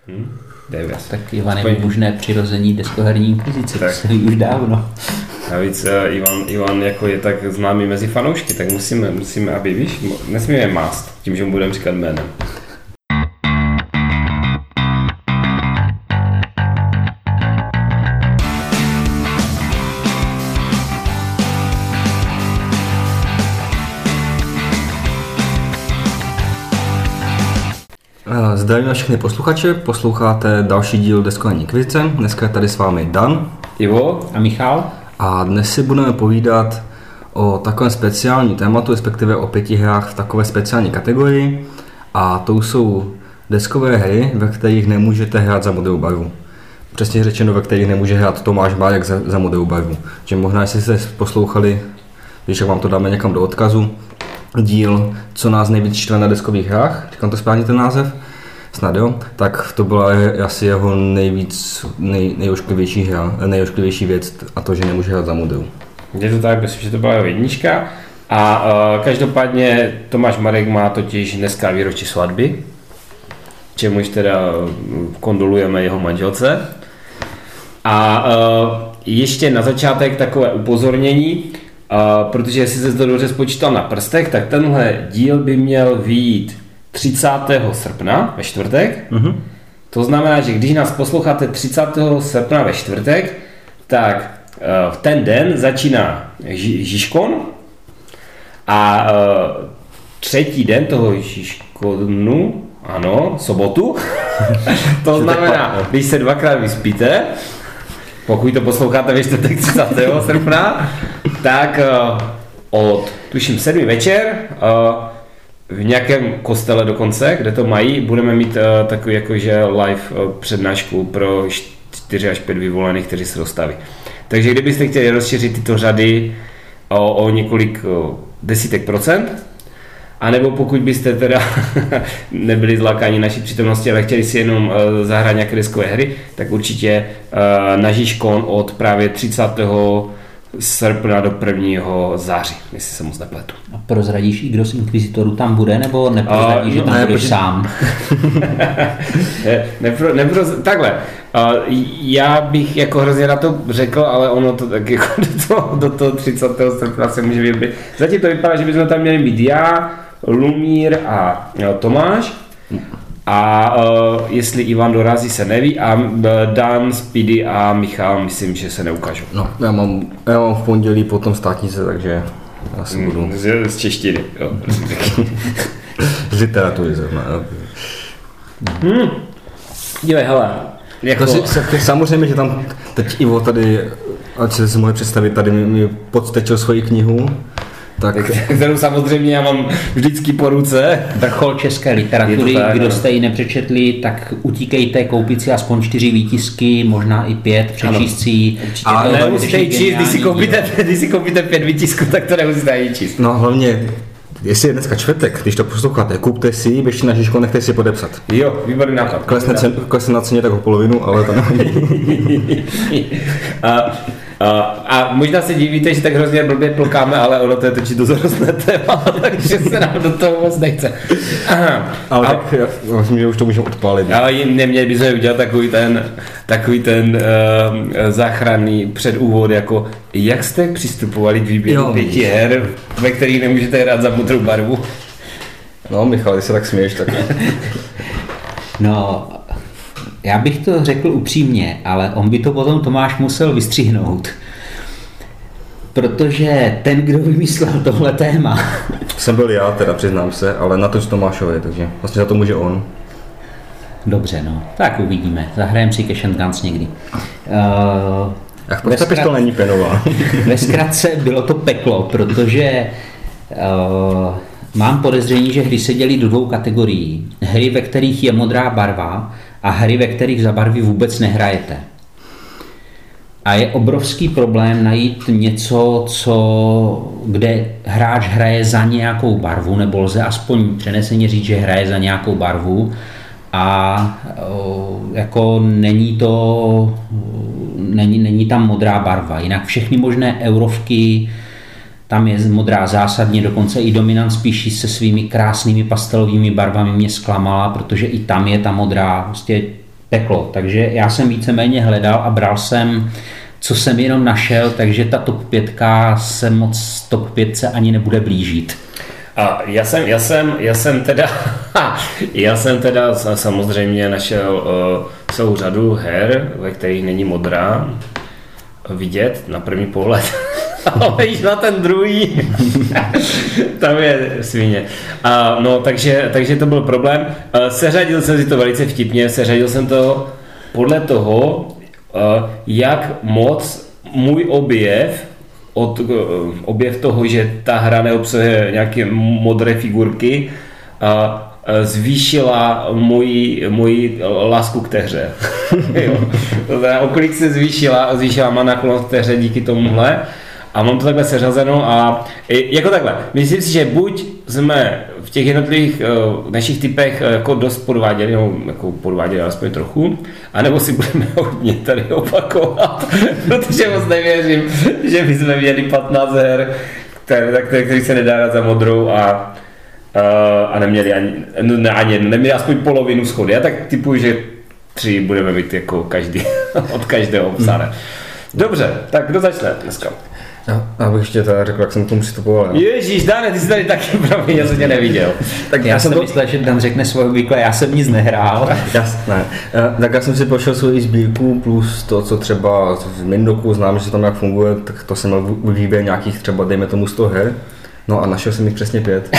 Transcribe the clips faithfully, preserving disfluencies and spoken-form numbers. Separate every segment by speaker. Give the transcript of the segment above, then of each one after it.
Speaker 1: Hmm. devět.
Speaker 2: Tak Ivan je možné přirození deskoherní inkvizice, to se ví už dávno.
Speaker 1: Navíc uh, Ivan, Ivan jako je tak známý mezi fanoušky, tak musíme, musíme, aby víš, nesmíme mást tím, že mu budeme říkat jménem.
Speaker 3: Zdravím na všechny posluchače, posloucháte další díl Deskoherní inkvizice. Dneska je tady s vámi Dan,
Speaker 1: Ivo
Speaker 2: a Michal.
Speaker 3: A dnes si budeme povídat o takovém speciálním tématu, respektive o pěti hrách v takové speciální kategorii. A to jsou deskové hry, ve kterých nemůžete hrát za modrou barvu. Přesně řečeno, ve kterých nemůže hrát Tomáš Bárek za, za modrou barvu. Že možná, jestli jste poslouchali, když vám to dáme někam do odkazu, díl, co nás nejvíc štve na deskových hrách, říkám to správně ten název, snad jo, tak to byla asi jeho nejvíc, nej, nejošklivější hra, nejošklivější věc, a to, že nemůže hrát za modrou.
Speaker 1: Je to tak, myslím, že to byla jeho jednička. A uh, každopádně Tomáš Marek má totiž dneska výročí svatby, čemuž teda kondolujeme jeho manželce. A uh, ještě na začátek takové upozornění, uh, protože jestli se to dobře spočítal na prstech, tak tenhle díl by měl vyjít třicátého srpna ve čtvrtek. Mm-hmm. To znamená, že když nás posloucháte třicátého srpna ve čtvrtek, tak uh, v ten den začíná ži- Žižkon a uh, třetí den toho Žižkonu, ano, sobotu, to znamená, když se dvakrát vyspíte, pokud to posloucháte ve čtvrtek třicátého srpna, tak uh, od, tuším, sedmi večer uh, v nějakém kostele dokonce, kde to mají, budeme mít uh, takový jakože live uh, přednášku pro čtyři až pět vyvolených, kteří se dostaví. Takže kdybyste chtěli rozšířit tyto řady o, o několik o, desítek procent, anebo pokud byste teda nebyli zlákáni naší přítomnosti, ale chtěli si jenom uh, zahrát nějaké deskové hry, tak určitě uh, na Žižkon od právě třicátého srpna do prvního září, jestli se moc nepletu.
Speaker 2: A prozradíš, i kdo z inkvizitorů tam bude, nebo neprozradíš, uh, že tam ne, budeš sám?
Speaker 1: ne, nepro, nepro, takhle, uh, já bych jako hrozně na to řekl, ale ono to tak jako do toho, do toho třicátého srpna se může vybít. Zatím to vypadá, že bychom tam měli být já, Lumír a jo, Tomáš. A uh, jestli Ivan dorazí, se neví, a uh, Dan, Speedy a Michal, myslím, že se neukážou.
Speaker 3: No, já mám, já mám v pondělí potom státnice, takže já si budu...
Speaker 1: Mm, z, z češtiny, jo.
Speaker 3: Z literatury zrovna, jo.
Speaker 1: Hmm. Dívej, hele.
Speaker 3: Jako... Si, samozřejmě, že tam teď Ivo tady, ať si mohli představit, tady mi, mi podstečil svoji knihu. Tak,
Speaker 1: kterou samozřejmě já mám vždycky po ruce.
Speaker 2: Vrchol české literatury, tak, kdo jste ji nepřečetli, tak utíkejte, koupit si aspoň čtyři výtisky, možná i pět, přečíst si ji.
Speaker 1: Ale nemusíte ji číst, když si, koupíte, když si koupíte pět výtisků, tak to nemusíte ji číst.
Speaker 3: No hlavně, jestli je dneska čtvrtek, když to posloucháte, kupte si ji, běžte na Žižkon, nechte si podepsat.
Speaker 1: Jo, výborný nápad.
Speaker 3: Klesne, cen, klesne na ceně tak o polovinu, ale to nevadí.
Speaker 1: Uh, a možná se divíte, že tak hrozně blbě plkáme, ale ono to je točit dozorostné téma, takže se nám do toho moc nechce. Aha.
Speaker 3: Ale a, tak já myslím, že už to můžeme odpálit.
Speaker 1: Ale neměli bychom udělat takový ten, takový ten uh, záchranný předúvod, jako jak jste přistupovali k výběru pěti her, ve kterých nemůžete hrát za modrou barvu.
Speaker 3: No Michal, se tak směješ, tak.
Speaker 2: No, já bych to řekl upřímně, ale on by to potom Tomáš musel vystřihnout. Protože ten, kdo vymyslel tohle téma...
Speaker 3: Jsem byl já, teda přiznám se, ale na to z Tomášovi, takže vlastně za to může on.
Speaker 2: Dobře, no, tak uvidíme. Zahrajeme si Cash and Guns někdy. Uh,
Speaker 3: Ach, proč ta pištol není penová?
Speaker 2: Ve zkratce bylo to peklo, protože uh, mám podezření, že hry se dělí do dvou kategorií. Hry, ve kterých je modrá barva, a hry, ve kterých za barvy vůbec nehrajete. A je obrovský problém najít něco, co, kde hráč hraje za nějakou barvu, nebo lze aspoň přeneseně říct, že hraje za nějakou barvu, a o, jako není to, není, není tam modrá barva. Jinak všechny možné eurovky, tam je modrá zásadně, dokonce i Dominant spíš se svými krásnými pastelovými barvami mě zklamala, protože i tam je ta modrá, prostě peklo. Takže já jsem víceméně hledal a bral jsem, co jsem jenom našel, takže ta top pětka se moc top pětce ani nebude blížit.
Speaker 1: A já jsem, já jsem, já jsem teda, já jsem teda samozřejmě našel uh, celou řadu her, ve kterých není modrá vidět na první pohled. Ale již na ten druhý, tam je svině. Uh, no, takže, takže to byl problém. Uh, seřadil jsem si to velice vtipně, seřadil jsem to podle toho, uh, jak moc můj objev od objev toho, že ta hra neobsahuje nějaké modré figurky, a zvýšila moji, moji lásku k té hře. Jo. To znamená, o kolik se zvýšila, zvýšila má náklonnost k té hře díky tomuhle. A mám to takhle seřazeno a jako takhle, myslím si, že buď jsme v těch jednotlivých uh, našich typech uh, jako dost podváděli, nebo jako podváděli alespoň trochu, anebo si budeme hodně tady opakovat, protože moc nevěřím, že bychom měli patnáct her, které, které, které se nedá dát za modrou a, uh, a neměli ani, ne, ani jednu, neměli aspoň polovinu schody. Já tak typuji, že tři budeme mít jako každý, od každého obsané. Dobře, tak kdo začne dneska?
Speaker 3: Já, abych ještě teda řekl, jak jsem k tomu přistupoval. Jo.
Speaker 1: Ježíš, Dane, ty jsi tady taky pravý, já jsem tě neviděl.
Speaker 2: Tak já, já jsem to... myslel, že Dan řekne svoje obvykle, já jsem nic nehrál.
Speaker 3: Jasné. Tak já jsem si pošel svoji sbírku plus to, co třeba v Mindoku znám, že tam jak funguje, tak to jsem měl výběr nějakých třeba, dejme tomu sto her. No a našel jsem jich přesně pět.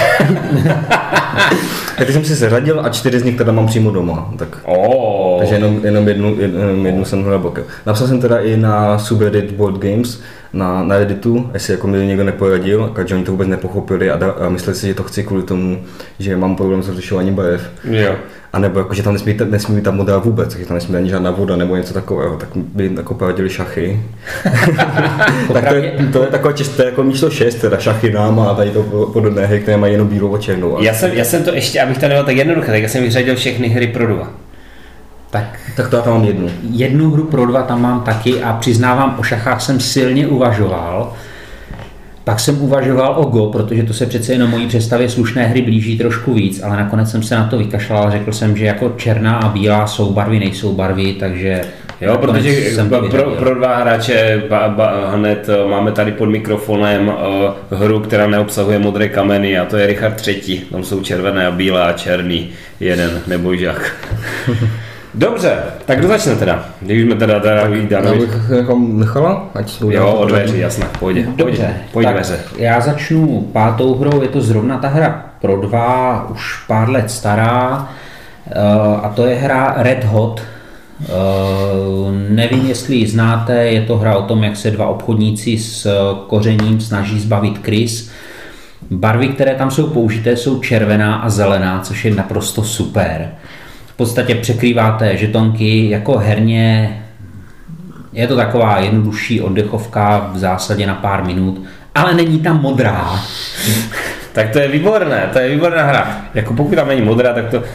Speaker 3: Tak jsem si seřadil a čtyři z nich teda mám přímo doma. Tak,
Speaker 1: oh.
Speaker 3: Takže jenom, jenom, jednu, jenom jednu jsem hledal bokem. Napsal jsem teda i na subreddit Board Games, na, na Redditu, jestli jako mi někdo neporadil, takže oni to vůbec nepochopili a, da, a mysleli si, že to chci kvůli tomu, že mám problém s rozlišováním barev.
Speaker 1: Jo.
Speaker 3: A nebo jako, že tam nesmí, nesmí být ta modrá vůbec, že tam nesmí být ani žádná voda nebo něco takového, tak by jako poradili šachy. Tak to je, to je takové čisté jako místo šest, teda šachy nám a tady to podobné hry, které mají jenom bílou a černou.
Speaker 1: Já jsem, já jsem to ještě, abych to nebyl tak jednoduché, tak já jsem vyřadil všechny hry pro dva.
Speaker 2: Tak,
Speaker 3: tak to já tam mám jednu.
Speaker 2: Jednu hru pro dva tam mám taky a přiznávám, o šachách jsem silně uvažoval. Pak jsem uvažoval o Go, protože to se přece jenom mojí představě slušné hry blíží trošku víc, ale nakonec jsem se na to vykašlal a řekl jsem, že jako černá a bílá jsou barvy, nejsou barvy, takže...
Speaker 1: Jo, protože pro, pro dva hráče ba, ba, hned máme tady pod mikrofonem uh, hru, která neobsahuje modré kameny a to je Richard třetí. Tam jsou červené a bílé a černý jeden nebojžák. Dobře, tak kdo začne teda? Když jsme teda teda
Speaker 3: Já bych jako nechala, ať jsou
Speaker 1: jo, od dveří, jasně, pojď.
Speaker 2: Dobře,
Speaker 1: pojď
Speaker 2: tak
Speaker 1: dveře.
Speaker 2: Já začnu pátou hrou, je to zrovna ta hra pro dva, už pár let stará, uh, a to je hra Red Hot. Uh, nevím, jestli ji znáte, je to hra o tom, jak se dva obchodníci s kořením snaží zbavit krys. Barvy, které tam jsou použité, jsou červená a zelená, což je naprosto super. V podstatě překrýváte žetonky, jako herně je to taková jednodušší oddechovka v zásadě na pár minut, ale není tam modrá.
Speaker 1: Tak to je výborné, to je výborná hra. Jako pokud tam není modrá, tak to...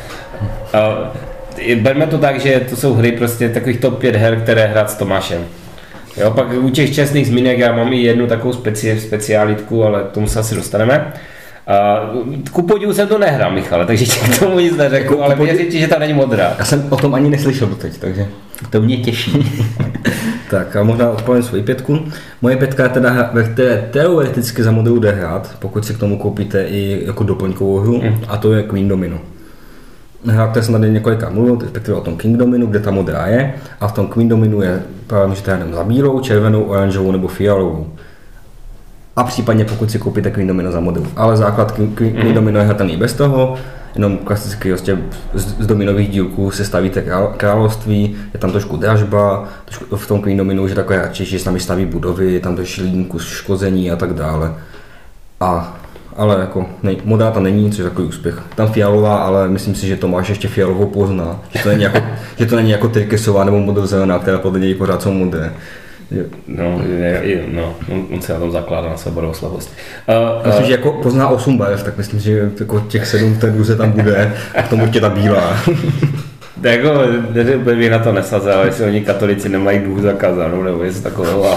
Speaker 1: Uh, berme to tak, že to jsou hry prostě takových top pět her, které hrát s Tomášem. Jo, pak u těch čestných zmínek já mám i jednu takovou speci, speciálitku, ale k tomu se asi dostaneme. Uh, ku podivu jsem to nehrál, Michale, takže ti k tomu nic neřeknu, ale věřím ti, že tam není modrá.
Speaker 3: Já jsem o tom ani neslyšel doteď, takže
Speaker 2: to mě těší.
Speaker 3: Tak a možná odpovím svoji pětku. Moje pětka je teda, ve které teoreticky za modrou jde hrát, pokud si k tomu koupíte i jako doplňkovou hru, mm. a to je Queen Domino. Hra, které jsem tady několika mluvil, respektive o tom King Dominu, kde ta modrá je, a v tom Queen Dominu je právě můžete hrát za bílou, červenou, oranžovou nebo fialovou. A případně pokud si koupíte Queen Domino za modrou. Ale základ Queen mm. Domino je hratelný bez toho, jenom klasicky vlastně z, z dominových dílků se stavíte král, království, je tam trošku dražba, trošku v tom Queen Dominu, že takové radši, že tam staví budovy, je tam trošku kus škození a tak dále. A ale jako nej, modrá tam není, což je takový úspěch. Tam fialová, ale myslím si, že Tomáš ještě fialovou pozná, že to není jako, že to není jako tyrkysová nebo modrozelená, která podle něj pořád jsou modré.
Speaker 1: No, no, on se na tom zakládá na své barvoslavosti.
Speaker 3: Uh, myslím, uh, že jako pozná osm barev, tak myslím, že jako těch sedm v té druze tam bude a k tomu určitě ta bílá.
Speaker 1: Jako, bych na to nesazel, jestli oni katolici nemají důh zakázanou, nebo něco takového.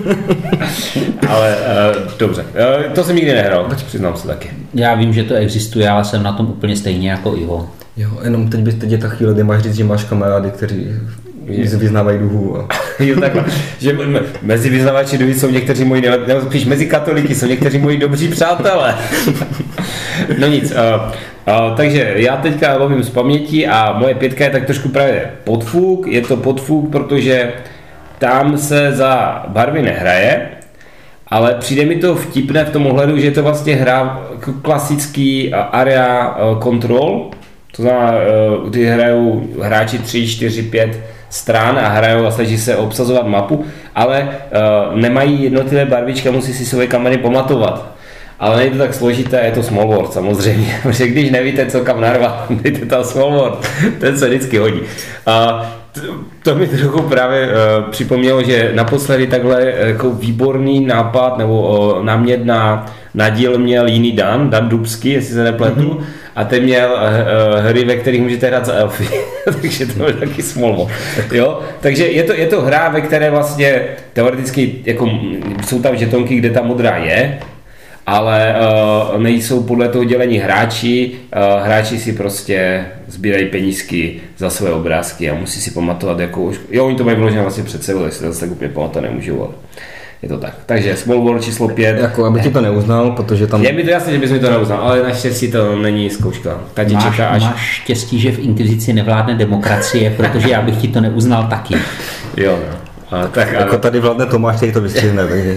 Speaker 1: Ale uh, dobře, uh, to jsem nikdy nehrál, přiznám se taky.
Speaker 2: Já vím, že to existuje, ale jsem na tom úplně stejně jako Ivo.
Speaker 3: Jo, jenom teď, by, teď je ta chvíle, kdy máš říct, že máš kamarády, kteří vyznávají duhu. A...
Speaker 1: Jo, takhle, že mezi vyznavači duhy jsou někteří moji nejlepší, nebo spíš mezi katolíky jsou někteří moji dobří přátelé. No nic, uh, uh, takže já teďka lovím z paměti a moje pětka je tak trošku právě podfuk, je to podfuk, protože tam se za barvy nehraje, ale přijde mi to vtipné v tom ohledu, že je to vlastně hra klasický area control, to znamená, kdy hrajou hráči tři, čtyři, pět stran a hrajou a snaží se obsazovat mapu, ale uh, nemají jednotlivé barvičky a musí si svoje kamery pamatovat. Ale není to tak složité, je to small world samozřejmě, protože když nevíte, co kam narvat, dejte tam small world, ten se vždycky hodí. A to mi trochu právě uh, připomnělo, že naposledy takhle jako výborný nápad nebo uh, námět na, na díl měl jiný Dan, Dan Dubský, jestli se nepletu, mm-hmm. a ten měl uh, uh, hry, ve kterých můžete hrát za elfy, takže to je taky small world. Jo? Takže je to, je to hra, ve které vlastně teoreticky jako, jsou tam žetonky, kde ta modrá je, ale uh, nejsou podle toho dělení hráči, uh, hráči si prostě sbírají penízky za své obrázky a musí si pamatovat, jako už, jo, oni to mají vložené vlastně před sebou, takže si to tak úplně pamatovat nemůžu, ale je to tak. Takže Small World číslo pět.
Speaker 3: Jako, aby ti to neuznal, protože tam...
Speaker 1: Je mi to jasné, že bys mi to neuznal, ale naštěstí to není zkouška.
Speaker 2: Máš, čeká až... máš štěstí, že v Inkvizici nevládne demokracie, protože já bych ti to neuznal taky.
Speaker 1: Jo, no. A, tak,
Speaker 3: jako ale... tady vládne Tomáš, který to vystřihne, takže...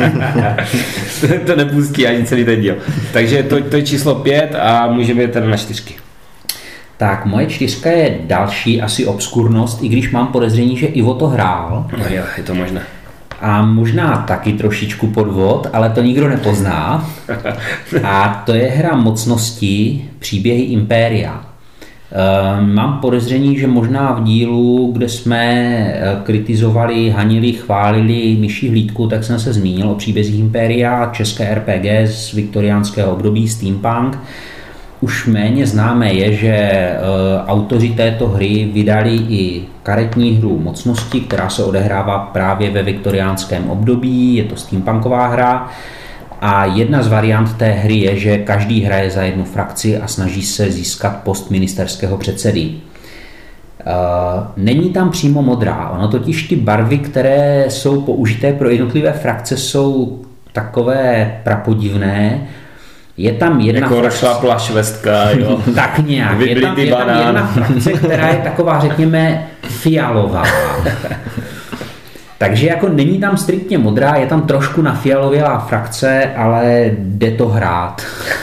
Speaker 1: to nepustí ani celý ten díl. Takže to, to je číslo pět a můžeme jít teda na čtyřky.
Speaker 2: Tak, moje čtyřka je další asi obskurnost, i když mám podezření, že Ivo to hrál.
Speaker 1: No jo, je to možné.
Speaker 2: A možná taky trošičku podvod, ale to nikdo nepozná. A to je hra mocnosti Příběhy Impéria. Mám podezření, že možná v dílu, kde jsme kritizovali, hanili, chválili myší hlídku, tak jsem se zmínil o Příbězích Impéria, české R P G z viktoriánského období Steampunk. Už méně známé je, že autoři této hry vydali i karetní hru Mocnosti, která se odehrává právě ve viktoriánském období, je to steampunková hra. A jedna z variant té hry je, že každý hraje za jednu frakci a snaží se získat post ministerského předsedy. Není tam přímo modrá, ono totiž ty barvy, které jsou použité pro jednotlivé frakce, jsou takové prapodivné. Je tam jedna
Speaker 1: jako rozšlapla švestka, jo.
Speaker 2: Tak nějak. Je tam, je tam jedna frakce, která je taková, řekněme, fialová. Takže jako není tam striktně modrá, je tam trošku nafialovělá frakce, ale jde to hrát.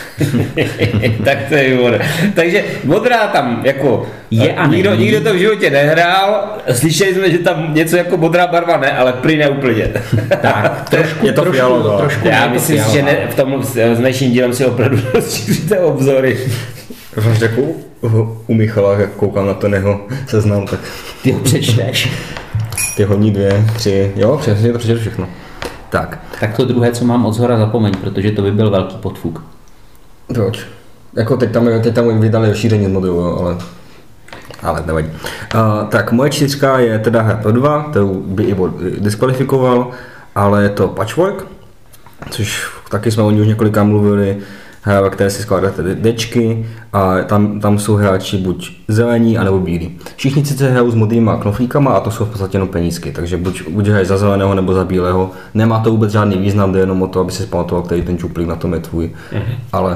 Speaker 1: Tak to je modrá. Takže modrá tam jako je a nikdo, nikdo to v životě nehrál, slyšeli jsme, že tam něco jako modrá barva ne, ale prý ne úplně.
Speaker 2: Tak, trošku,
Speaker 3: je to
Speaker 2: trošku,
Speaker 3: fialová.
Speaker 2: trošku
Speaker 1: já myslím si, že ne, v tom s dnešním dílem si opravdu rozšíříte obzory.
Speaker 3: Máš jako u Michala, jak koukám na ten jeho seznam, tak...
Speaker 2: Ty ho přečteš.
Speaker 3: Ty hodní dvě, tři, jo, přesně to přečtu všechno. Tak.
Speaker 2: Tak to druhé, co mám od zhora, zapomeň, protože to by byl velký podfuk.
Speaker 3: Proč? Jako teď tam, teď tam vydali rozšíření z modulu, jo, ale... Ale nevadí. Uh, tak moje čtyřka je teda hra pro dva, kterou by i diskvalifikoval, ale je to Patchwork, což taky jsme o ní už několikrát mluvili, hra, ve které si skládáte dečky a tam, tam jsou hráči buď zelení, anebo bílí. Všichni sice hrajou s modrýma knoflíkama a to jsou v podstatě jenom penízky, takže buď, buď hrají za zeleného nebo za bílého. Nemá to vůbec žádný význam, jde jenom o to, aby si pamatoval, který ten čuplík na tom je tvůj. Mhm. Ale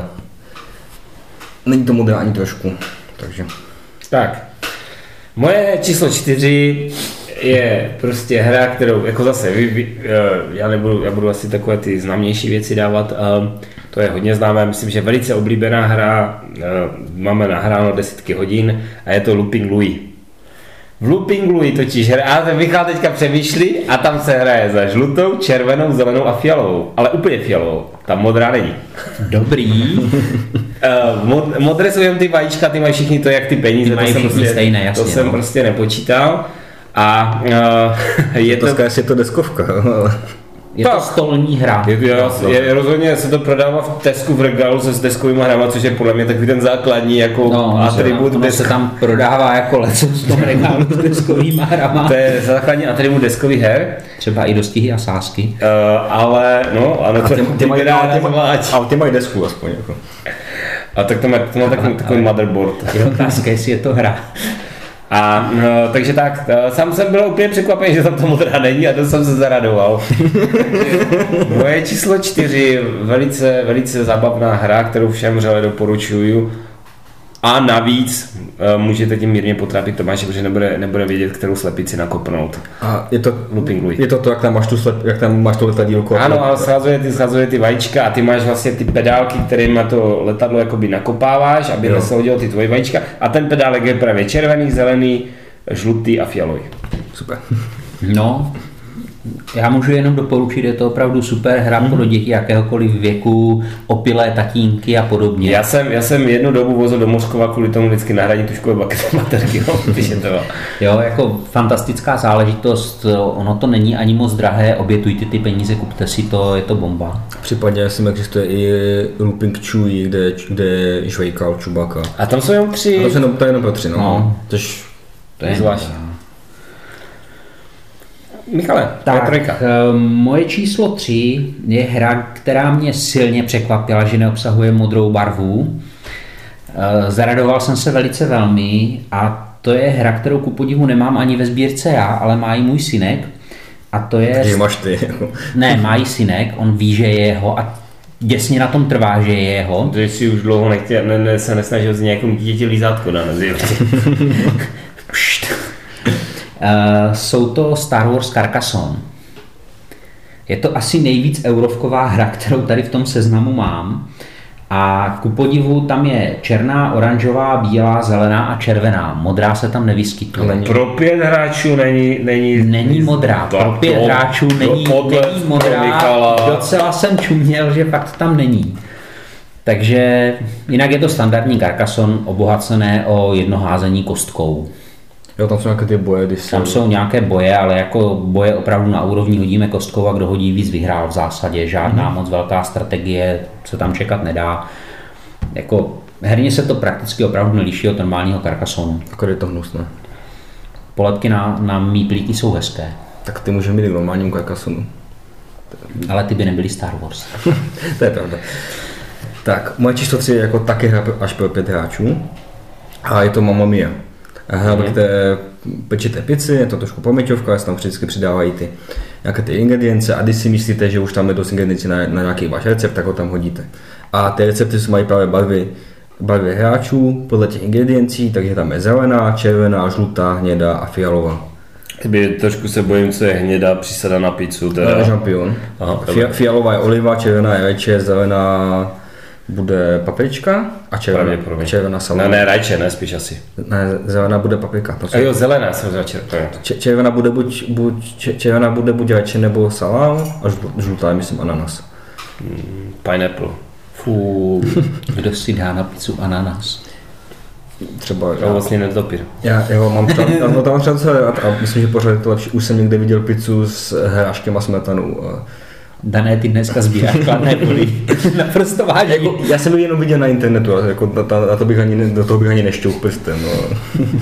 Speaker 3: není to modrá ani trošku, takže...
Speaker 1: Tak, moje číslo čtyři je prostě hra, kterou, jako zase, vy, vy, já nebudu, já budu asi takové ty známější věci dávat, to je hodně známé, myslím, že velice oblíbená hra, máme nahráno desítky hodin a je to Looping Louis. V Looping Louis totiž hra, a Michal teďka přemýšlí a tam se hraje za žlutou, červenou, zelenou a fialovou, ale úplně fialovou, tam modrá není.
Speaker 2: Dobrý.
Speaker 1: Mod, modré jsou jen ty vajíčka, ty mají všichni to, jak ty peníze,
Speaker 2: ty mají
Speaker 1: to, jsem prostě,
Speaker 2: stejné, jasně,
Speaker 1: to jsem
Speaker 2: no.
Speaker 1: prostě nepočítal. A uh, je
Speaker 3: to...
Speaker 1: to...
Speaker 3: je to deskovka.
Speaker 2: Je to stolní hra.
Speaker 1: Je, je, je, rozhodně se to prodává v Tesku v regálu se s deskovými hrama, což je podle mě takový ten základní jako
Speaker 2: no,
Speaker 1: atribut.
Speaker 2: Ono
Speaker 1: desk...
Speaker 2: se tam prodává jako leco v tom regálu s deskovými hrama.
Speaker 1: To je základní atribut deskových her.
Speaker 2: Třeba i dostihy a sázky.
Speaker 1: Uh, ale no, ano,
Speaker 3: a ty, ty, ty mají, a ty mají desku aspoň. Jako.
Speaker 1: A tak to má, to má takový, takový motherboard.
Speaker 2: Je otázka, jestli je to hra.
Speaker 1: A no, takže tak, sám jsem byl úplně překvapený, že tam ta modrá není a to jsem se zaradoval. Moje číslo čtyři, velice, velice zábavná hra, kterou všem vřele doporučuju. A navíc uh, můžete tím mírně potrápit Tomáše, protože nebude, nebude vědět, kterou slepici nakopnout.
Speaker 3: A je to,
Speaker 1: Looping Louis.
Speaker 3: je to to, jak tam máš tu, slep, jak tam máš to letadílko.
Speaker 1: Ano, ale schazuje ty, schazuje ty vajíčka a ty máš vlastně ty pedálky, kterými to letadlo jakoby nakopáváš, aby nesehodilo ty tvoje vajíčka. A ten pedálek je právě červený, zelený, žlutý a fialový.
Speaker 3: Super.
Speaker 2: No, já můžu jenom doporučit, je to opravdu super hra mm. pro děti jakéhokoliv věku, opilé tatínky a podobně.
Speaker 1: Já jsem, já jsem jednu dobu vozil do Moskova kvůli tomu vždycky nahradit tuškové baterky, no, když je to.
Speaker 2: Jo, jako fantastická záležitost, ono to není ani moc drahé, obětujte ty peníze, kupte si to, je to bomba.
Speaker 3: Případně si existuje i Looping Chewie, kde, kde je žvejkal Chewbacca.
Speaker 1: A tam jsou jenom tři.
Speaker 3: A to, jenom, to je jenom pro tři, no.
Speaker 1: no.
Speaker 3: Tož
Speaker 1: to je zvláštní. Michale,
Speaker 2: tak
Speaker 1: trojka.
Speaker 2: Moje číslo tři je hra, která mě silně překvapila, že neobsahuje modrou barvu. Zaradoval jsem se velice velmi a to je hra, kterou ku podivu nemám ani ve sbírce já, ale má ji můj synek. A to je...
Speaker 3: Takže máš ty.
Speaker 2: Ne, má ji synek, on ví, že je jeho a děsně na tom trvá, že je jeho.
Speaker 1: Protože si už dlouho nechtě, ne, ne, se nesnažil z nějakému dítěti lízátko dát na zjevě.
Speaker 2: Uh, jsou to Star Wars Carcassonne. Je to asi nejvíc eurovková hra, kterou tady v tom seznamu mám. A ku podivu tam je černá, oranžová, bílá, zelená a červená. Modrá se tam nevyskytuje.
Speaker 1: Ale pro pět hráčů není... Není,
Speaker 2: není modrá. Pro pět to, hráčů není, není modrá. Docela jsem čuměl, že fakt tam není. Takže jinak je to standardní Carcassonne obohacené o jedno házení kostkou.
Speaker 3: Jo, tam jsou nějaké ty boje, když
Speaker 2: Tam jsou nějaké boje, ale jako boje opravdu na úrovni hodíme kostkou a kdo hodí víc vyhrál v zásadě. Žádná mm. moc velká strategie se tam čekat nedá. Jako herně se to prakticky opravdu neliší od normálního Carcassonne.
Speaker 3: Jako je to hnusné.
Speaker 2: Poletky na, na míplíky jsou hezké.
Speaker 3: Tak ty můžeme mít k normálnímu Carcassonnu.
Speaker 2: Ale ty by nebyly Star Wars.
Speaker 3: To je pravda. Tak, moje číslo tři je jako taky hra až pro pět hráčů. A je to Mamma Mia. Hra, mm-hmm. kde pečete pici, je to trošku paměťovka, ale se tam vždycky přidávají ty, nějaké ty ingredience a když si myslíte, že už tam je dost ingrediencí na, na nějaký váš recept, tak ho tam hodíte. A ty recepty mají právě barvy, barvy hráčů podle těch ingrediencí, takže tam je zelená, červená, žlutá, hnědá a fialová.
Speaker 1: Kdyby trošku se bojím, co je hnědá přísada na pizzu.
Speaker 3: Teda... Žampion. Fia, fialová je oliva, červená je rajče, zelená bude paprička a červená, červená salama.
Speaker 1: Ne, ne, rajče, ne, spíš asi.
Speaker 3: Ne, zelená bude paprika. To
Speaker 1: a jo, zelená jsem vzal červená.
Speaker 3: Červená bude buď, buď, červená bude buď rajče nebo salám a žlutá je, myslím, ananas.
Speaker 1: Mm, pineapple.
Speaker 2: Fú, kdo si dá na pizzu ananas?
Speaker 3: Třeba
Speaker 1: já vlastně netopír.
Speaker 3: Já, já mám tam, no, tam třeba docela rád a myslím, že pořád je to lepší. Už jsem někde viděl pizzu s hráškem a smetanou.
Speaker 2: Dané, ty dneska sbíráš kladné body. Naprosto vážně.
Speaker 3: Jako, já jsem viděl jenom viděl na internetu, ale jako, na, na to bych ani, do toho bych ani nešťouhl prstem. No.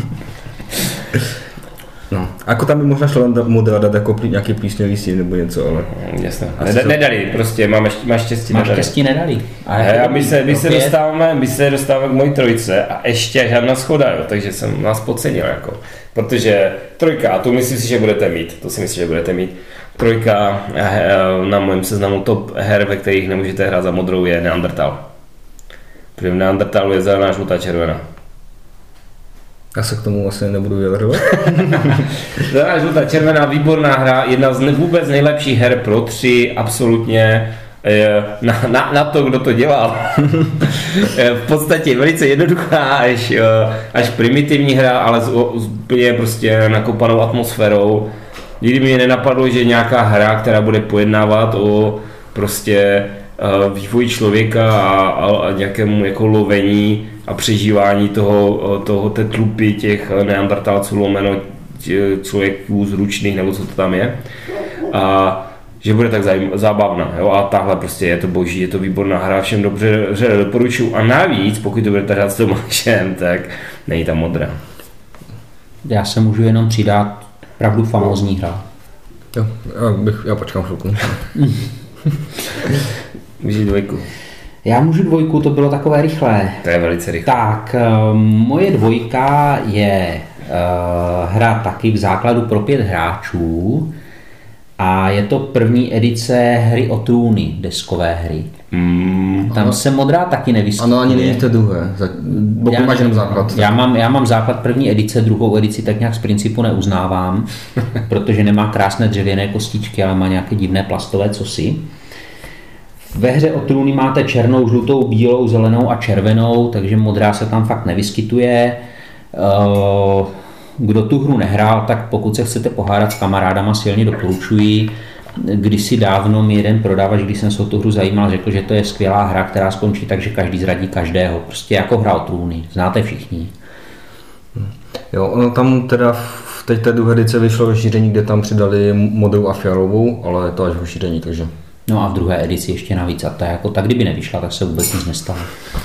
Speaker 3: No. Jako tam by možná šlo modela dát jako nějaký plísňový sín nebo něco, ale...
Speaker 1: Jasně. Neda, nedali, prostě máme, máš štěstí,
Speaker 2: máš
Speaker 1: nedali.
Speaker 2: štěstí nedali.
Speaker 1: A, a my, se, my, se dostáváme, my se dostáváme k mojí trojce a ještě žádná schoda, jo, takže jsem nás podcenil, jako. Protože trojka, a tu myslím si, že budete mít, to si myslím, že budete mít. Trojka na mém seznamu top her, ve kterých nemůžete hrát za modrou, je Neandertal. Protože v Neandertalu je zelená, žlutá, červená.
Speaker 3: Já se k tomu asi nebudu vyjadřovat.
Speaker 1: Zelená, žlutá, červená, výborná hra, jedna z ne, vůbec nejlepších her pro tři, absolutně na, na, na to, kdo to dělal. V podstatě velice jednoduchá, až, až primitivní hra, ale s, s úplně prostě nakopanou atmosférou. Nikdy mi nenapadlo, že nějaká hra, která bude pojednávat o prostě uh, vývoji člověka a, a, a nějakému jako lovení a přežívání toho, toho té tlupy těch neandertalců lomeno člověků zručných nebo co to tam je. A že bude tak zajím, zábavná. Jo? A tahle prostě je to boží, je to výborná hra, všem dobře, dobře doporučuji. A navíc, pokud to budete hrát s Tomášem, tak není tam modrá.
Speaker 2: Já se můžu jenom přidat. Pravdu famózní hra.
Speaker 3: Jo, já, bych, já počkám chvilku.
Speaker 1: Můžeš dvojku.
Speaker 2: Já můžu dvojku, to bylo takové rychlé.
Speaker 1: To je velice rychlé.
Speaker 2: Tak, moje dvojka je uh, hra taky v základu pro pět hráčů a je to první edice Hry o trůny, deskové hry. Mm, Tam ano. se modrá taky nevyskytuje.
Speaker 3: Ano, ani není v té druhé, pokud máš jenom základ.
Speaker 2: Já mám, já mám základ první edice, druhou edici tak nějak z principu neuznávám, protože nemá krásné dřevěné kostičky, ale má nějaké divné plastové cosi. Ve hře o trůny máte černou, žlutou, bílou, zelenou a červenou, takže modrá se tam fakt nevyskytuje. Kdo tu hru nehrál, tak pokud se chcete pohádat s kamarádama, silně doporučuji. Kdysi dávno mi jeden prodavač, když jsem se o tu hru zajímal, řekl, že to je skvělá hra, která skončí tak, že každý zradí každého. Prostě jako hra o trůny. Znáte všichni.
Speaker 3: Jo, ono tam teda v teď té druhé edice vyšlo rozšíření, kde tam přidali modrou a fialovou, ale to až rozšíření, takže...
Speaker 2: No a v druhé edici ještě navíc a ta jako tak, kdyby nevyšla, tak se vůbec nic nestalo.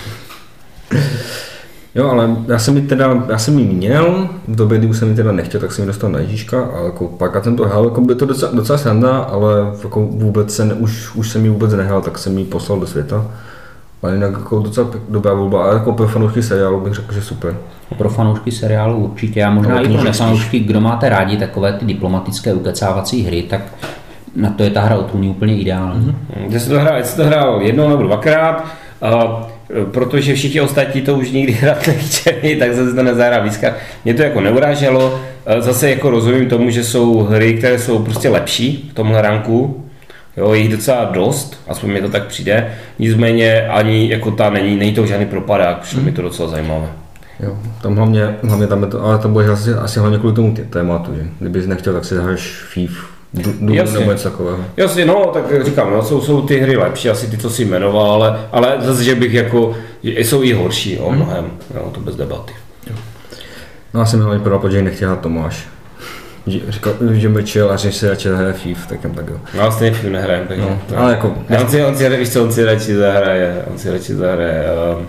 Speaker 3: Jo, ale já jsem ji teda, já jsem ji měl, v době, kdy už jsem ji teda nechtěl, tak jsem ji dostal na Ježíška a jako pak jsem to hrál, jako by to docela, docela sranda, ale jako vůbec se, ne, už, už jsem ji vůbec nehrál, tak jsem ji poslal do světa. Ale jinak jako docela dobrá volba, ale jako pro fanoušky seriálu bych řekl, že super.
Speaker 2: Pro fanoušky seriálu určitě, a možná no, i pro nefanoušky, kdo máte rádi takové ty diplomatické ukecávací hry, tak na to je ta hra o trůny úplně ideální.
Speaker 1: Mm-hmm. Já jsem to hrál, to hrál jednou nebo dvakrát, a protože všichni ostatní to už nikdy hrát nechtěli, tak zase to nezahrál víckrát. Mě to jako neuráželo, zase jako rozumím tomu, že jsou hry, které jsou prostě lepší v tomhle ranku. Jo, je jich docela dost, aspoň mi to tak přijde. Nicméně ani jako ta není, není to žádný propadák, protože mi to docela zajímavé.
Speaker 3: Jo, tam hlavně, hlavně tam je to, ale to bude asi, asi hlavně kvůli tomu tématu, že kdybys nechtěl, tak si zahraješ Thief.
Speaker 1: Jasně, jasně, no, tak říkám, no, jsou, jsou ty hry lepší, asi ty, co si jmenoval, ale, ale zase, že bych jako, jsou i horší, jo, mnohem, jo, to bez debaty. Jo.
Speaker 3: No, já jsem hlavně prodal, protože nechtěl hrát Tomáš. Říkal, že by chill a že si radši zahraje Thief, tak jen tak jo.
Speaker 1: No, ale stejně Thief nehrajem, tak
Speaker 3: no, no. Ale jako...
Speaker 1: Ne, on, si, on, si, víš co, on si radši zahraje, on si radši zahraje uh,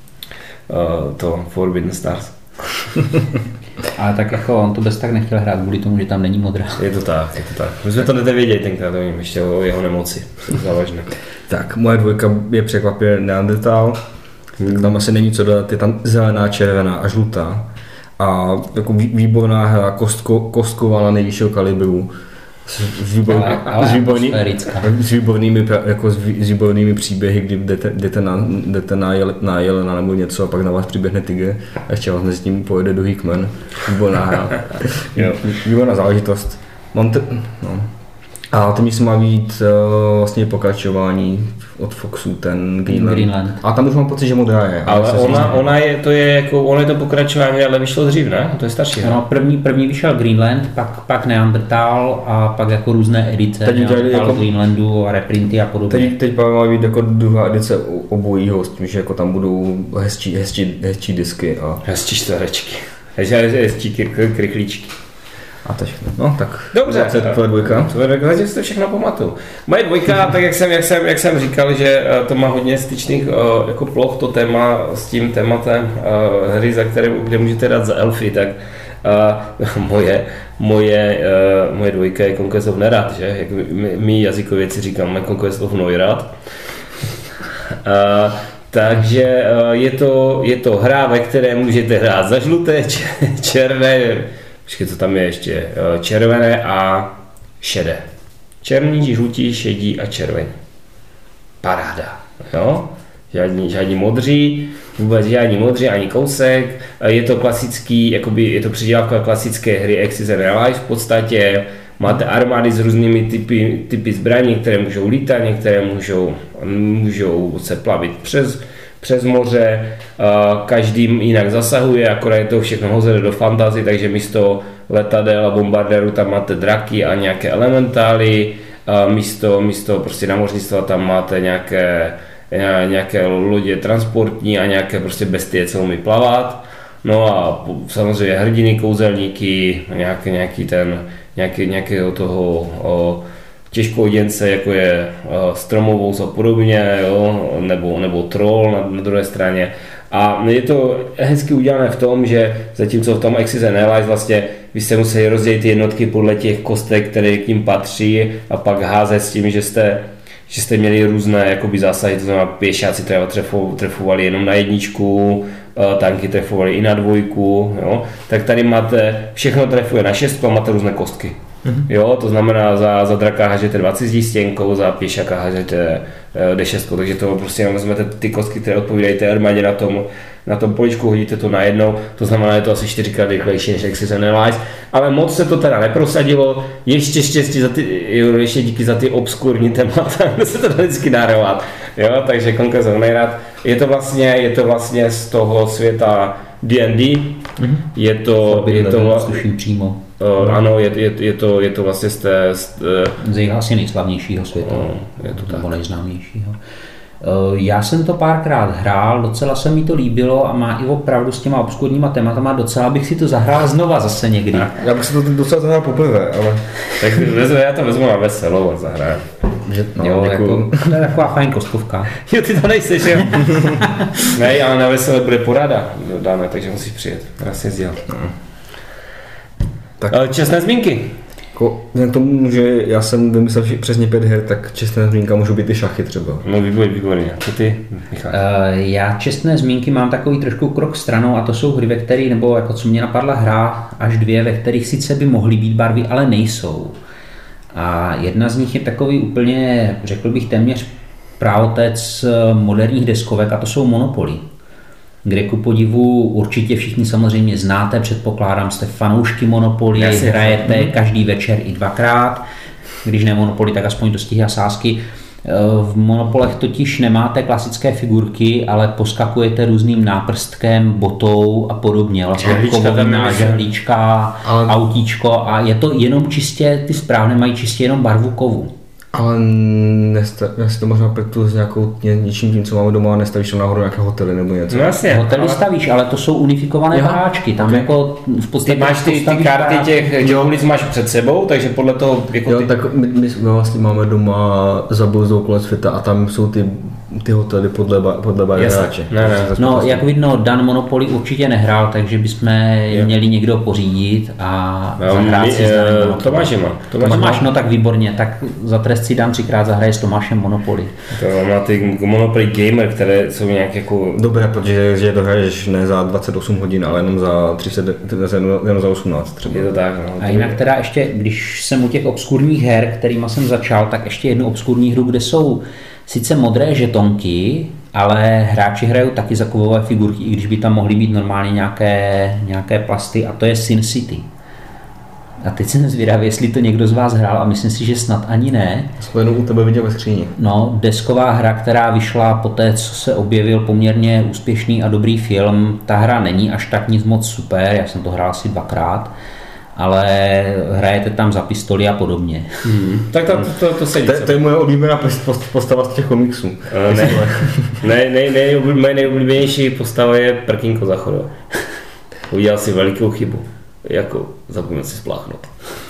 Speaker 1: uh, to Forbidden Stars.
Speaker 2: Ale tak jako on to bez tak nechtěl hrát kvůli tomu, že tam není modrá.
Speaker 1: Je to tak, je to tak. My jsme to nevěděli tenkrát, to vím, ještě o jeho nemoci. To je závažné.
Speaker 3: Tak, moje dvojka je překvapivě Neandertal. Hmm. Tak tam asi není co dodat, je tam zelená, červená a žlutá. A jako výborná hra, kostko, kostková na nejvyššího kalibru. S, výborný, ale, ale s, výborný, s, výbornými, jako s výbornými příběhy, kdy jdete, jdete, na, jdete na, jel, na jelena nebo něco a pak na vás přiběhne tygr a ještě vás mezi tím pojede druhý kmen. Výborná hra. Výborná záležitost. Mám te, no. A to mi se má být uh, vlastně pokračování od Foxu, ten Greenland.
Speaker 2: Greenland.
Speaker 3: A tam už mám pocit, že modrá je.
Speaker 1: Ale ona, ona je, to je jako, ono je to pokračování, ale vyšlo dřív, ne? To je starší.
Speaker 2: No, první, první vyšel Greenland, pak, pak Neandertal a pak jako různé edice
Speaker 3: teď
Speaker 2: Neandertal,
Speaker 3: jako,
Speaker 2: Greenlandu a reprinty a podobně.
Speaker 3: Teď, teď má být jako druhá edice obojího, s tím, že jako tam budou hezčí, hezčí, hezčí disky. A...
Speaker 1: Hezčí čtverečky. Hezčí krychlíčky.
Speaker 3: A to všechno. No tak.
Speaker 1: Dobře.
Speaker 3: Tvoje dvojka.
Speaker 1: Tvoje dvojka, zatím si to všechno pamatuju. Moje dvojka, tak jak jsem, jak jsem, jak jsem říkal, že to má hodně styčných jako ploch, to téma s tím tématem hry, za které, kde můžete dát za elfy, tak uh, moje, moje, uh, moje dvojka je Conquest of Nerad, že? Jak my, my jazykověci říkáme Conquest of Neurad. Uh, takže uh, je, to, je to hra, ve které můžete hrát za žluté, černé, počkej, co tam je ještě, červené a šedé. Černí, žlutí, šedí a červení. Paráda, jo? Žádní, žádní modří, vůbec žádní modří, ani kousek. Je to klasický, jakoby, je to předělávka klasické hry Axis and Allies v podstatě. Máte armády s různými typy, typy zbraní, které můžou lítat, některé můžou, můžou se plavit přes přes moře, každý jinak zasahuje, akorát je to všechno hozené do fantasy, takže místo letadel a bombardérů tam máte draky a nějaké elementály, místo, místo prostě námořnictva tam máte nějaké, nějaké lodě transportní a nějaké prostě bestie, co umí plavat. No a samozřejmě hrdiny, kouzelníky, nějaký, nějaký ten, nějaký, nějakého toho o, těžkooděnce, jako je uh, stromovous a podobně, jo, nebo, nebo troll na, na druhé straně. A je to hezky udělané v tom, že zatímco v tom Axis and Allies vlastně vy jste museli rozdělit ty jednotky podle těch kostek, které k ním patří a pak házet s tím, že jste, že jste měli různé jakoby zásahy, to znamená pěšáci třeba trefovali jenom na jedničku, tanky trefovali i na dvojku, jo? Tak tady máte, všechno trefuje na šestku a máte různé kostky. Mm-hmm. Jo, to znamená za, za draka hážete dvacet s stěnkou, za pěšáka hážete D šest, takže to prostě vezmete ty kostky, které odpovídají té armádě na tom, na tom poličku, hodíte to najednou, to znamená, je to asi čtyřikrát rychlejší než Axis Analyze, ale moc se to teda neprosadilo, ještě štěstí za ty, jo, ještě díky za ty obskurní témata, kde se to dá vždycky narovat, jo, takže Conquest nejrád. Je to vlastně, je to vlastně z toho světa D and D, mm-hmm. je to, je to
Speaker 2: vlastně přímo.
Speaker 1: Uh, ano, je, je, je, to, je to vlastně z té... Z,
Speaker 2: z jejich asi nejslavnějšího světa,
Speaker 1: no, je to
Speaker 2: nebo nejznámějšího. Uh, já jsem to párkrát hrál, docela se mi to líbilo a má i opravdu s těma obskurníma tématama, docela bych si to zahrál znova zase někdy.
Speaker 3: Já bych si to docela zahrál poprvé, ale...
Speaker 1: Tak vezmu, já to vezmu na veselou a zahraju.
Speaker 2: No, jo, jako, to je taková fajn kostkovka.
Speaker 1: Jo, ty to nejseš, jo? Ne, ale na veselé bude porada, dáme, takže musíš přijet, raz je sdělat. No. Tak. Čestné zmínky.
Speaker 3: Jako, k tomu, že já jsem vymyslel přesně pět her, tak čestné zmínka můžou být i šachy třeba.
Speaker 1: No výborně, výborně. Co ty, Michal?
Speaker 2: Uh, já čestné zmínky mám takový trošku krok stranou a to jsou hry, ve kterých, nebo jako co mě napadla hra, až dvě, ve kterých sice by mohly být barvy, ale nejsou. A jedna z nich je takový úplně, řekl bych téměř právotec moderních deskovek a to jsou Monopoly. Kde ku podivu určitě všichni samozřejmě znáte, předpokládám, jste fanoušky Monopoly, Jasně, hrajete mm. každý večer i dvakrát, když ne Monopoly, tak aspoň dostihy a sázky. V Monopolech totiž nemáte klasické figurky, ale poskakujete různým náprstkem, botou a podobně. Vlastně kovovina, žehlíčka, ale... autíčko a je to jenom čistě, ty správné mají čistě jenom barvu kovu.
Speaker 3: Ale já si to možná pletu s nějakou ně, něčím tím, co máme doma, a nestavíš tam nahoru nějaké hotely nebo něco.
Speaker 1: No jasně.
Speaker 2: Hotely ale... stavíš, ale to jsou unifikované baráčky. Tam okay. Jako v podstatě
Speaker 1: ty máš ty, ty karty barák... těch ulic máš před sebou, takže podle toho... Jako
Speaker 3: jo,
Speaker 1: ty...
Speaker 3: tak my, my vlastně máme doma za Bozdou kolem světa a tam jsou ty, ty hotely podle, podle baráče.
Speaker 2: Ne, ne. No, jak vidno, Dan Monopoly určitě nehrál, takže bychom je měli někdo pořídit a
Speaker 1: no, zahrát si s Danem Monopoly.
Speaker 2: Tomáš
Speaker 1: má.
Speaker 2: Tomáš, Tomáš, no tak výborně, tak za trest si Dan třikrát zahraje s Tomášem Monopoly.
Speaker 1: To má ty Monopoly Gamer, které jsou nějak jako...
Speaker 3: Dobré, protože že dohraješ ne za dvacet osm hodin, ale jenom za třicet, jenom za osmnáct třeba.
Speaker 1: Je to tak, no.
Speaker 2: A jinak teda ještě, když jsem u těch obskurních her, kterýma jsem začal, tak ještě jednu obskurní hru, kde jsou sice modré žetonky, ale hráči hrajou taky za kovové figurky, i když by tam mohly být normálně nějaké, nějaké plasty, a to je Sin City. A teď jsem zvědavý, jestli to někdo z vás hrál, a myslím si, že snad ani ne.
Speaker 3: Jsem jenom u tebe viděl ve skříni.
Speaker 2: No, desková hra, která vyšla po té, co se objevil poměrně úspěšný a dobrý film. Ta hra není až tak nic moc super, já jsem to hrál asi dvakrát, ale hrajete tam za pistoli a podobně.
Speaker 1: Hmm. Tak to, to, to, to sedí.
Speaker 3: To, to je moje oblíbená postava z těch komiksů.
Speaker 1: Uh, ne, ne, ne, ne, moje nejoblíbenější postava je Prkínko Zachodová. Udělal si velikou chybu. Jako zapomněl si spláchnout.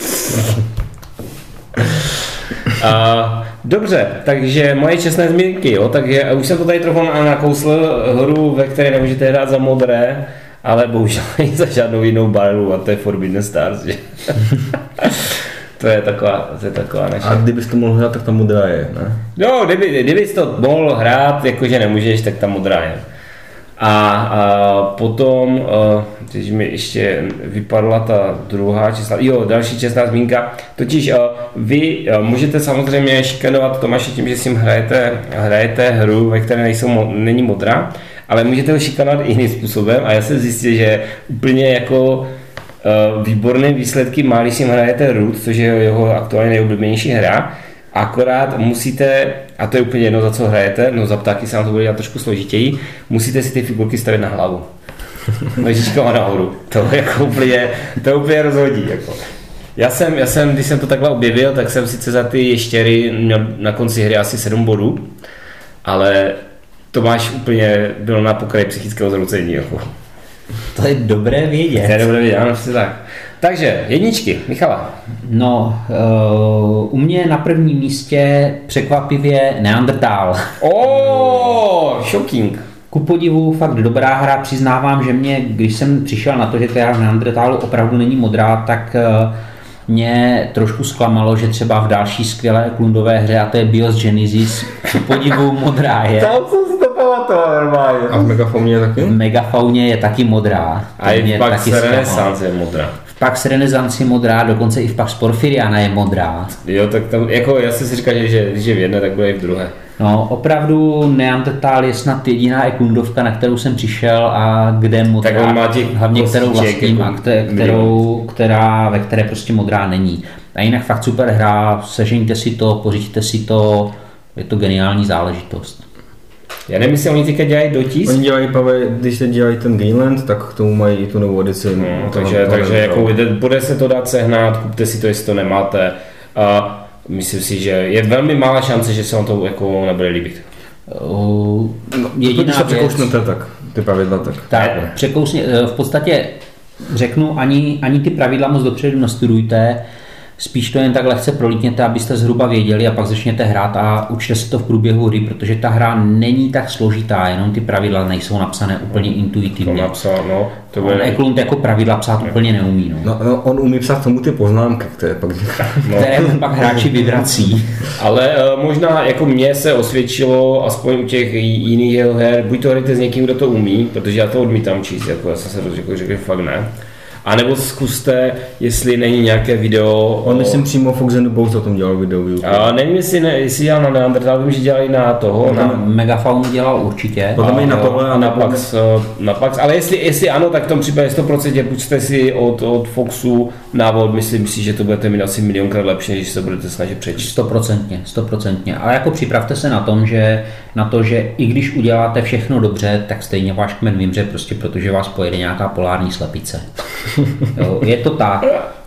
Speaker 1: A, dobře, takže moje čestné zmínky, jo, takže už jsem to tady trochu nakousl, hru, ve které nemůžete hrát za modré, ale bohužel i za žádnou jinou barvu, a to je Forbidden Stars, že? To je taková, to je taková naše.
Speaker 3: A kdybys to mohl hrát, tak ta modrá je, ne?
Speaker 1: Jo, kdyby, kdybys to mohl hrát, jakože nemůžeš, tak ta modrá je. A, a potom, když mi ještě vypadla ta druhá čísla, jo, další čestná zmínka, totiž vy můžete samozřejmě šikanovat Tomáše tím, že si hrajete, hrajete hru, ve které nejsou, není modrá, ale můžete ho šikanovat i jiným způsobem, a já jsem zjistil, že úplně jako výborné výsledky má, když si hrajete Root, což je jeho aktuálně nejoblíbenější hra. Akorát musíte, a to je úplně jedno, za co hrajete, no za ptáky se nám to bude dělat trošku složitěji, musíte si ty figurky stavit na hlavu. Ležičkama nahoru. To je jako úplně, to úplně rozhodí. Jako. Já jsem, já jsem, když jsem to takhle objevil, tak jsem sice za ty ještěry měl na konci hry asi sedm bodů, ale Tomáš úplně byl na pokraji psychického zroucení. Jako.
Speaker 2: To je dobré vědět.
Speaker 1: To je dobré vědět, ano, přesně tak. Takže, jedničky, Michala.
Speaker 2: No, uh, u mě na prvním místě překvapivě Neandertal.
Speaker 1: Oh, shocking.
Speaker 2: Ku podivu fakt dobrá hra, přiznávám, že mě, když jsem přišel na to, že ta hra v Neandertalu opravdu není modrá, tak uh, mě trošku zklamalo, že třeba v další skvělé Eklundové hře, a to je Bios Genesis, ku podivu modrá je.
Speaker 1: Tam jsem si to pamatoval normálně.
Speaker 3: A v Megafauně je taky?
Speaker 2: V Megafauně je taky modrá.
Speaker 1: A i pak z Renaissance je modrá.
Speaker 2: Pak z Renaissance je modrá, dokonce i v pak z Porfiriana je modrá.
Speaker 1: Jo, tak tam, jako já jsem si říkal, že když je v jedné, tak bude i v druhé.
Speaker 2: No, opravdu Neandertal je snad jediná Eklundovka, na kterou jsem přišel a kde modrá,
Speaker 1: tak on má těch
Speaker 2: hlavně kterou vlastním
Speaker 1: jako
Speaker 2: a kte, kterou, která, ve které prostě modrá není. A jinak fakt super hra, sežeňte si to, pořiďte si to, je to geniální záležitost.
Speaker 1: Já nevím, jestli oni teďka dělají dotisk.
Speaker 3: Oni dělají, Pavel, když se dělají ten Greenland, tak k tomu mají i tu novou edici.
Speaker 1: No, takže takže jako bude se to dát sehnat, kupte si to, jestli to nemáte. A myslím si, že je velmi malá šance, že se vám to jako nebude líbit.
Speaker 2: Uh, jediná
Speaker 3: když se
Speaker 2: věc,
Speaker 3: překousnete, tak ty pravidla tak.
Speaker 2: tak překousně, v podstatě řeknu, ani, ani ty pravidla moc dopředu nastudujte, spíš to jen tak lehce prolítněte, abyste zhruba věděli a pak začněte hrát a učte se to v průběhu hry, protože ta hra není tak složitá, jenom ty pravidla nejsou napsané úplně intuitivně.
Speaker 1: To napsal, no, to
Speaker 2: bude... On Eklund jako pravidla psát no. úplně neumí. No.
Speaker 3: No, no, on umí psát tomu ty poznámky, které pak,
Speaker 2: no. které pak hráči vyvrací.
Speaker 1: Ale uh, možná jako mně se osvědčilo, aspoň u těch jiných her, buď to hrajte s někým, kdo to umí, protože já to odmítám číst, jako já jsem se rozřekl, že fakt ne. A nebo zkuste, jestli není nějaké video.
Speaker 3: On myslím přímo Fox and the Bones o tom dělal video.
Speaker 1: A nevím, jestli, ne, jestli dělal na Neandertal, vím, že dělali na toho.
Speaker 2: Na, na Megafaunu dělal určitě.
Speaker 3: Potom i na tohle
Speaker 1: a na Pax, na Pax. Ale jestli, jestli ano, tak v tom případě sto procent půjčte si od, od Foxu návod. Myslím si, že to budete mít asi milionkrát lepší, než se budete snažit přečíst.
Speaker 2: Stoprocentně, stoprocentně. Ale jako připravte se na tom, že na to, že i když uděláte všechno dobře, tak stejně váš kmen vymře, prostě protože vás pojede nějaká polární slepice. Jo, je to tak.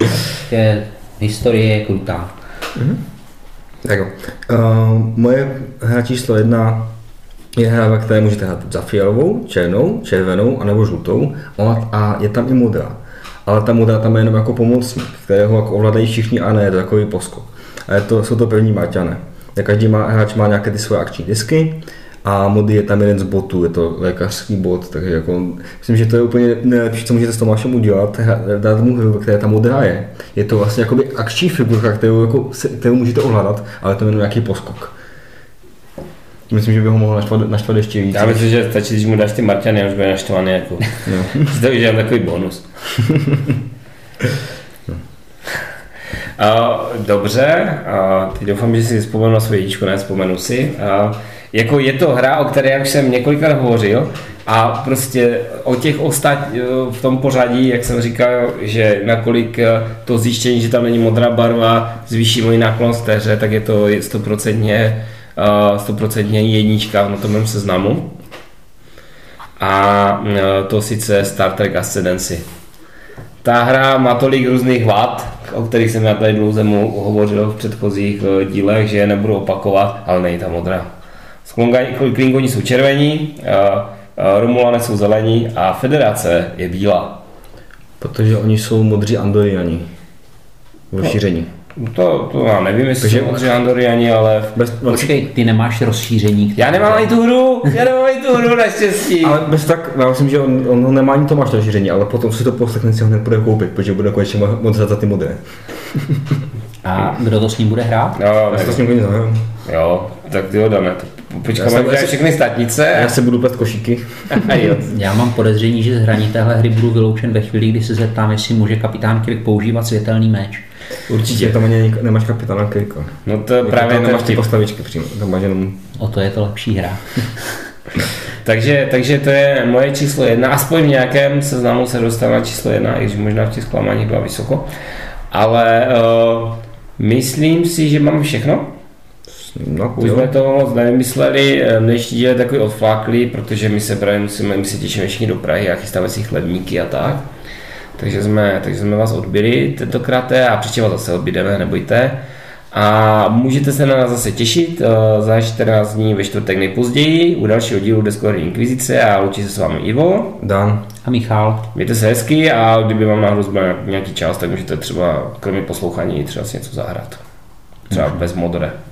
Speaker 2: Je, historie je krutá.
Speaker 3: Mm-hmm. Tak jo. Uh, moje hra číslo jedna je hra, ve které můžete hrát za fialovou, černou, červenou anebo žlutou a je tam i modrá. Ale ta modrá tam je jenom jako pomocník, kterého jako ovládají všichni a ne, je to takový poskok. A je to, jsou to první Marťané. Každý má, hráč má nějaké ty svoje akční disky a mody je tam jeden z botů, je to lékařský bot, takže jako, myslím, že to je úplně nejlepší, co můžete s Tomášem udělat, dát mu hru, která ta modrá je. Je to vlastně jakoby akční figurka, kterou, jako, kterou můžete ovládat, ale to je jenom nějaký poskok. Myslím, že by ho mohl naštvat, naštvat ještě víc.
Speaker 1: Já myslím, že stačí, když mu dáš ty Marťany, už bude naštvaný jako. No. To už je takový bonus. no. uh, dobře, uh, teď doufám, že si vzpomenu na svou jedničku, ne, vzpomenu si. Uh, Jako je to hra, o které jak už jsem několikrát hovořil a prostě o těch ostatních v tom pořadí, jak jsem říkal, že nakolik to zjištění, že tam není modrá barva, zvýší můj náklonnost té hře, tak je to stoprocentně stoprocentně jednička na tom mém seznamu. A to sice Star Trek Ascendancy. Ta hra má tolik různých vad, o kterých jsem já tady dlouze hovořil v předchozích dílech, že je nebudu opakovat, ale není ta modrá. Klingoni jsou červení, Romulané jsou zelení a Federace je bílá.
Speaker 3: Protože oni jsou modří Andoriani v rozšíření.
Speaker 1: No, to, to já nevím, jestli jsou modří Andoriani, ale...
Speaker 2: Bez, počkej, ty nemáš rozšíření.
Speaker 1: Já nemám ani tu hru, já nemám ani tu hru naštěstí.
Speaker 3: Ale bez tak, já myslím, že on, on nemá ani to máš rozšíření, ale potom si to poslechne, si ho hned bude koupit, protože bude konečně moc za ty modré.
Speaker 2: A kdo to s ním bude hrát?
Speaker 1: No,
Speaker 3: já to s ním hodně zahrám.
Speaker 1: Jo, tak ty ho dáme. Počkáme, jak dáme všechny statnice.
Speaker 3: Já se budu plést košíky.
Speaker 2: Já mám podezření, že z hraní téhle hry budu vyloučen ve chvíli, kdy se zeptám, jestli může kapitán Kirk používat světelný meč.
Speaker 3: Určitě. Tam ani nemáš kapitána Kirka.
Speaker 1: No to je právě
Speaker 3: tam nemáš ty postavičky přímo. Tam máš jenom...
Speaker 2: O to je to lepší hra.
Speaker 1: takže, takže to je moje číslo jedna. Aspoň v nějakém seznamu se dostává na číslo jedna, i když možná v těch zklamáních byla vysoko. Ale uh, myslím si, že máme všechno.
Speaker 3: No,
Speaker 1: už jsme toho moc nevymysleli, dnešní díl je takový odfláklý, protože my se právě musíme, my se těšíme všichni do Prahy a chystáme si chledníky a tak. Takže jsme, takže jsme vás odbyli tentokrát a příště vás zase odbydeme, nebojte. A můžete se na nás zase těšit za čtrnáct dní ve čtvrtek nejpozději u dalšího dílu Deskové hry Inkvizice a loučí se s vámi Ivo,
Speaker 3: Dan
Speaker 2: a Michal.
Speaker 1: Mějte se hezky a kdyby vám náhodou zbyl nějaký čas, tak můžete třeba kromě poslouchání třeba si něco zahrát. Třeba bez modre.